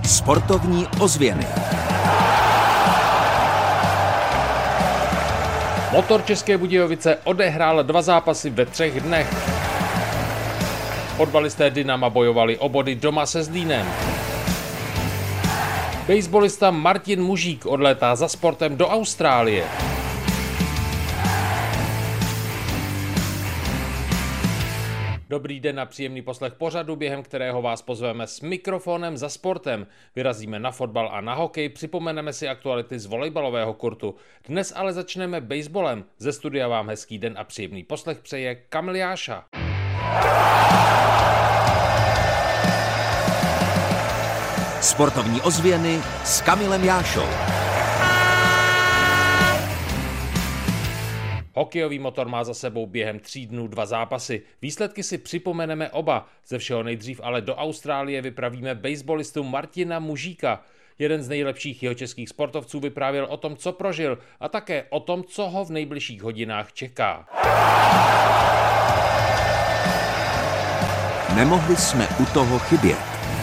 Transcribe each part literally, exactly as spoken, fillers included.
Sportovní ozvěny. Motor České Budějovice odehrál dva zápasy ve třech dnech. Fotbalisté Dynama bojovali o body doma se Zlínem. Baseballista Martin Mužík odlétá za sportem do Austrálie. Dobrý den a příjemný poslech pořadu, během kterého vás pozveme s mikrofonem za sportem. Vyrazíme na fotbal a na hokej, připomeneme si aktuality z volejbalového kurtu. Dnes ale začneme baseballem. Ze studia vám hezký den a příjemný poslech přeje Kamil Jáša. Sportovní ozvěny s Kamilem Jášou. Hokejový motor má za sebou během tří dnů dva zápasy. Výsledky si připomeneme oba. Ze všeho nejdřív ale do Austrálie vypravíme baseballistu Martina Mužíka. Jeden z nejlepších jihočeských sportovců vyprávěl o tom, co prožil, a také o tom, co ho v nejbližších hodinách čeká. Nemohli jsme u toho chybět.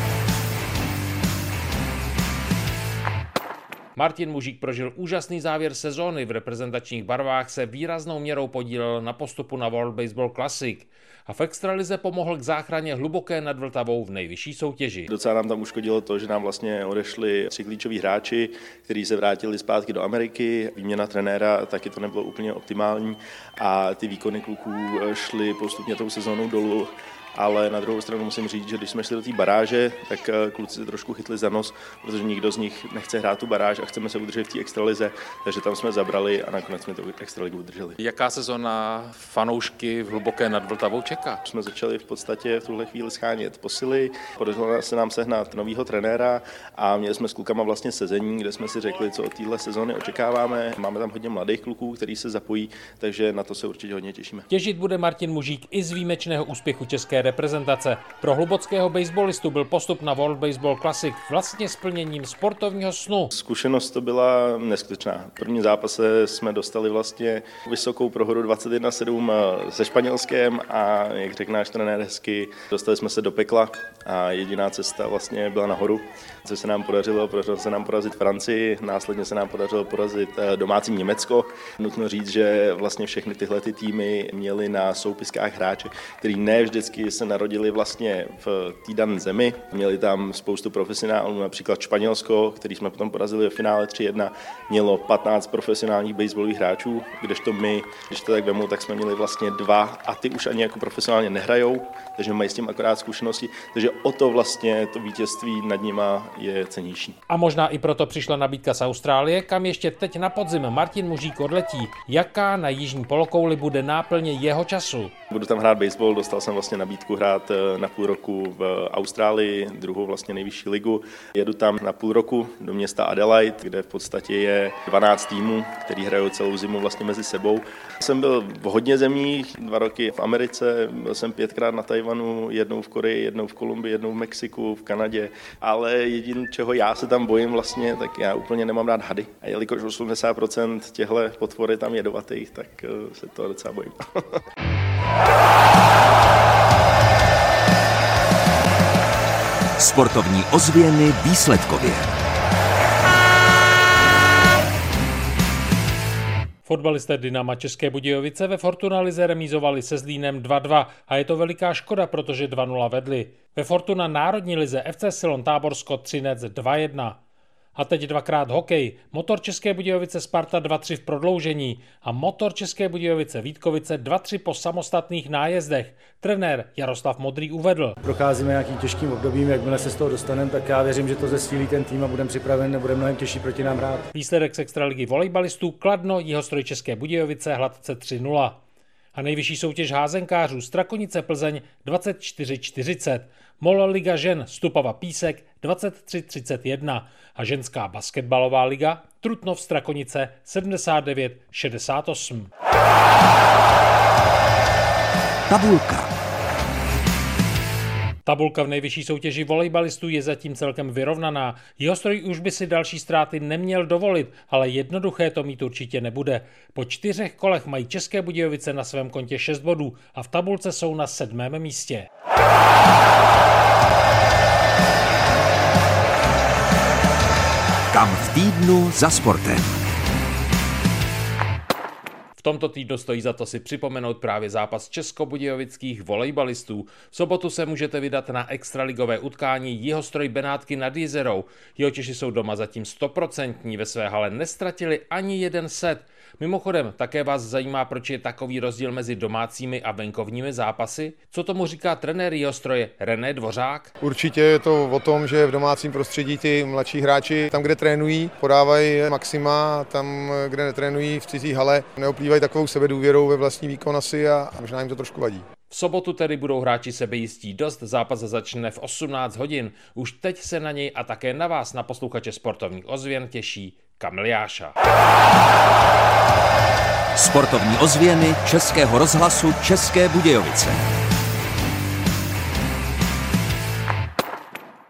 Martin Mužík prožil úžasný závěr sezóny, v reprezentačních barvách se výraznou měrou podílel na postupu na World Baseball Classic a v extralize pomohl k záchraně Hluboké nad Vltavou v nejvyšší soutěži. Docela nám tam uškodilo to, že nám vlastně odešli tři klíčoví hráči, kteří se vrátili zpátky do Ameriky. Výměna trenéra taky to nebylo úplně optimální a ty výkony kluků šly postupně tou sezónou dolů. Ale na druhou stranu musím říct, že když jsme šli do té baráže, tak kluci se trošku chytli za nos, protože nikdo z nich nechce hrát tu baráž a chceme se udržet v té extralize, takže tam jsme zabrali a nakonec jsme tu extraligu udrželi. Jaká sezóna fanoušky v Hluboké nad Vltavou čeká? Jsme začali v podstatě v tuhle chvíli schánět posily, podařilo se nám sehnat novýho trenéra a měli jsme s klukama vlastně sezení, kde jsme si řekli, co od téhle sezóny očekáváme. Máme tam hodně mladých kluků, kteří se zapojí, takže na to se určitě hodně těšíme. Těžit bude Martin Mužík i z výjimečného úspěchu české reprezentace. Pro hlubockého baseballistu byl postup na World Baseball Classic vlastně splněním sportovního snu. Zkušenost to byla neskutečná. V prvním zápase jsme dostali vlastně vysokou prohru dvacet jedna sedm se Španělskem a jak řekl náš trenér hezky, dostali jsme se do pekla a jediná cesta vlastně byla nahoru, co se nám podařilo. Podařilo se nám porazit Francii, následně se nám podařilo porazit domácí Německo. Nutno říct, že vlastně všechny tyhle ty týmy měly na soupiskách hráče, který ne vždycky se narodili vlastně v té dané zemi. Měli tam spoustu profesionálů, například Španělsko, který jsme potom porazili ve finále tři jedna, mělo patnáct profesionálních baseballových hráčů, kdežto my, když to tak vemu, tak jsme měli vlastně dva a ty už ani jako profesionálně nehrajou, takže mají s tím akorát zkušenosti, takže o to vlastně to vítězství nad nima je cennější. A možná i proto přišla nabídka z Austrálie, kam ještě teď na podzim Martin Mužík odletí. Jaká na jižní polokouli bude náplně jeho času? Budu tam hrát baseball, dostal jsem vlastně nabídku hrát na půl roku v Austrálii, druhou vlastně nejvyšší ligu. Jedu tam na půl roku do města Adelaide, kde v podstatě je dvanáct týmů, který hrajou celou zimu vlastně mezi sebou. Jsem byl v hodně zemích, dva roky v Americe, byl jsem pětkrát na Tajvanu, jednou v Koreji, jednou v Kolumbii, jednou v Mexiku, v Kanadě, ale jediné, čeho já se tam bojím vlastně, tak já úplně nemám rád hady. A jelikož osmdesát procent těchto potvor je tam jedovatých, tak se to docela bojím. Sportovní ozvěny výsledkově. Fotbalisté Dynama České Budějovice ve Fortuna lize remízovali se Zlínem dva dva a je to veliká škoda, protože dva nula vedli. Ve Fortuna národní lize F C Silon Táborsko Třinec dva jedna. A teď dvakrát hokej. Motor České Budějovice Sparta dva tři v prodloužení a Motor České Budějovice Vítkovice dva tři po samostatných nájezdech. Trenér Jaroslav Modrý uvedl. Procházíme nějakým těžkým obdobím, jakmile se z toho dostaneme, tak já věřím, že to zesílí ten tým a budeme připraven a bude mnohem těžší proti nám hrát. Výsledek z extraligy volejbalistů Kladno Jihostroj České Budějovice Hladce tři nula. A nejvyšší soutěž házenkářů Strakonice Plzeň dvacet čtyři čtyřicet, Mol Liga žen Stupava Písek dvacet tři třicet jedna a ženská basketbalová liga Trutnov Strakonice sedmdesát devět šedesát osm. Tabulka. Tabulka v nejvyšší soutěži volejbalistů je zatím celkem vyrovnaná. Jihostroj už by si další ztráty neměl dovolit, ale jednoduché to mít určitě nebude. Po čtyřech kolech mají České Budějovice na svém kontě šest bodů a v tabulce jsou na sedmém místě. Kam v týdnu za sportem. V tomto týdnu stojí za to si připomenout právě zápas českobudějovických volejbalistů. V sobotu se můžete vydat na extraligové utkání Jihostroj Benátky nad Jizerou. Jihočeši jsou doma zatím stoprocentní, ve své hale nestratili ani jeden set. Mimochodem, také vás zajímá, proč je takový rozdíl mezi domácími a venkovními zápasy? Co tomu říká trenér Jihostroje René Dvořák? Určitě je to o tom, že v domácím prostředí ty mladší hráči tam, kde trénují, podávají maxima, tam, kde netrénují v cizí hale, neoplývají takovou sebedůvěrou ve vlastní výkon asi a možná jim to trošku vadí. V sobotu tedy budou hráči sebejistí dost, zápas začne v osmnáct hodin. Už teď se na něj a také na vás, na posluchače sportovních ozvěn, těší Kamil Jáša. Sportovní ozvěny Českého rozhlasu České Budějovice.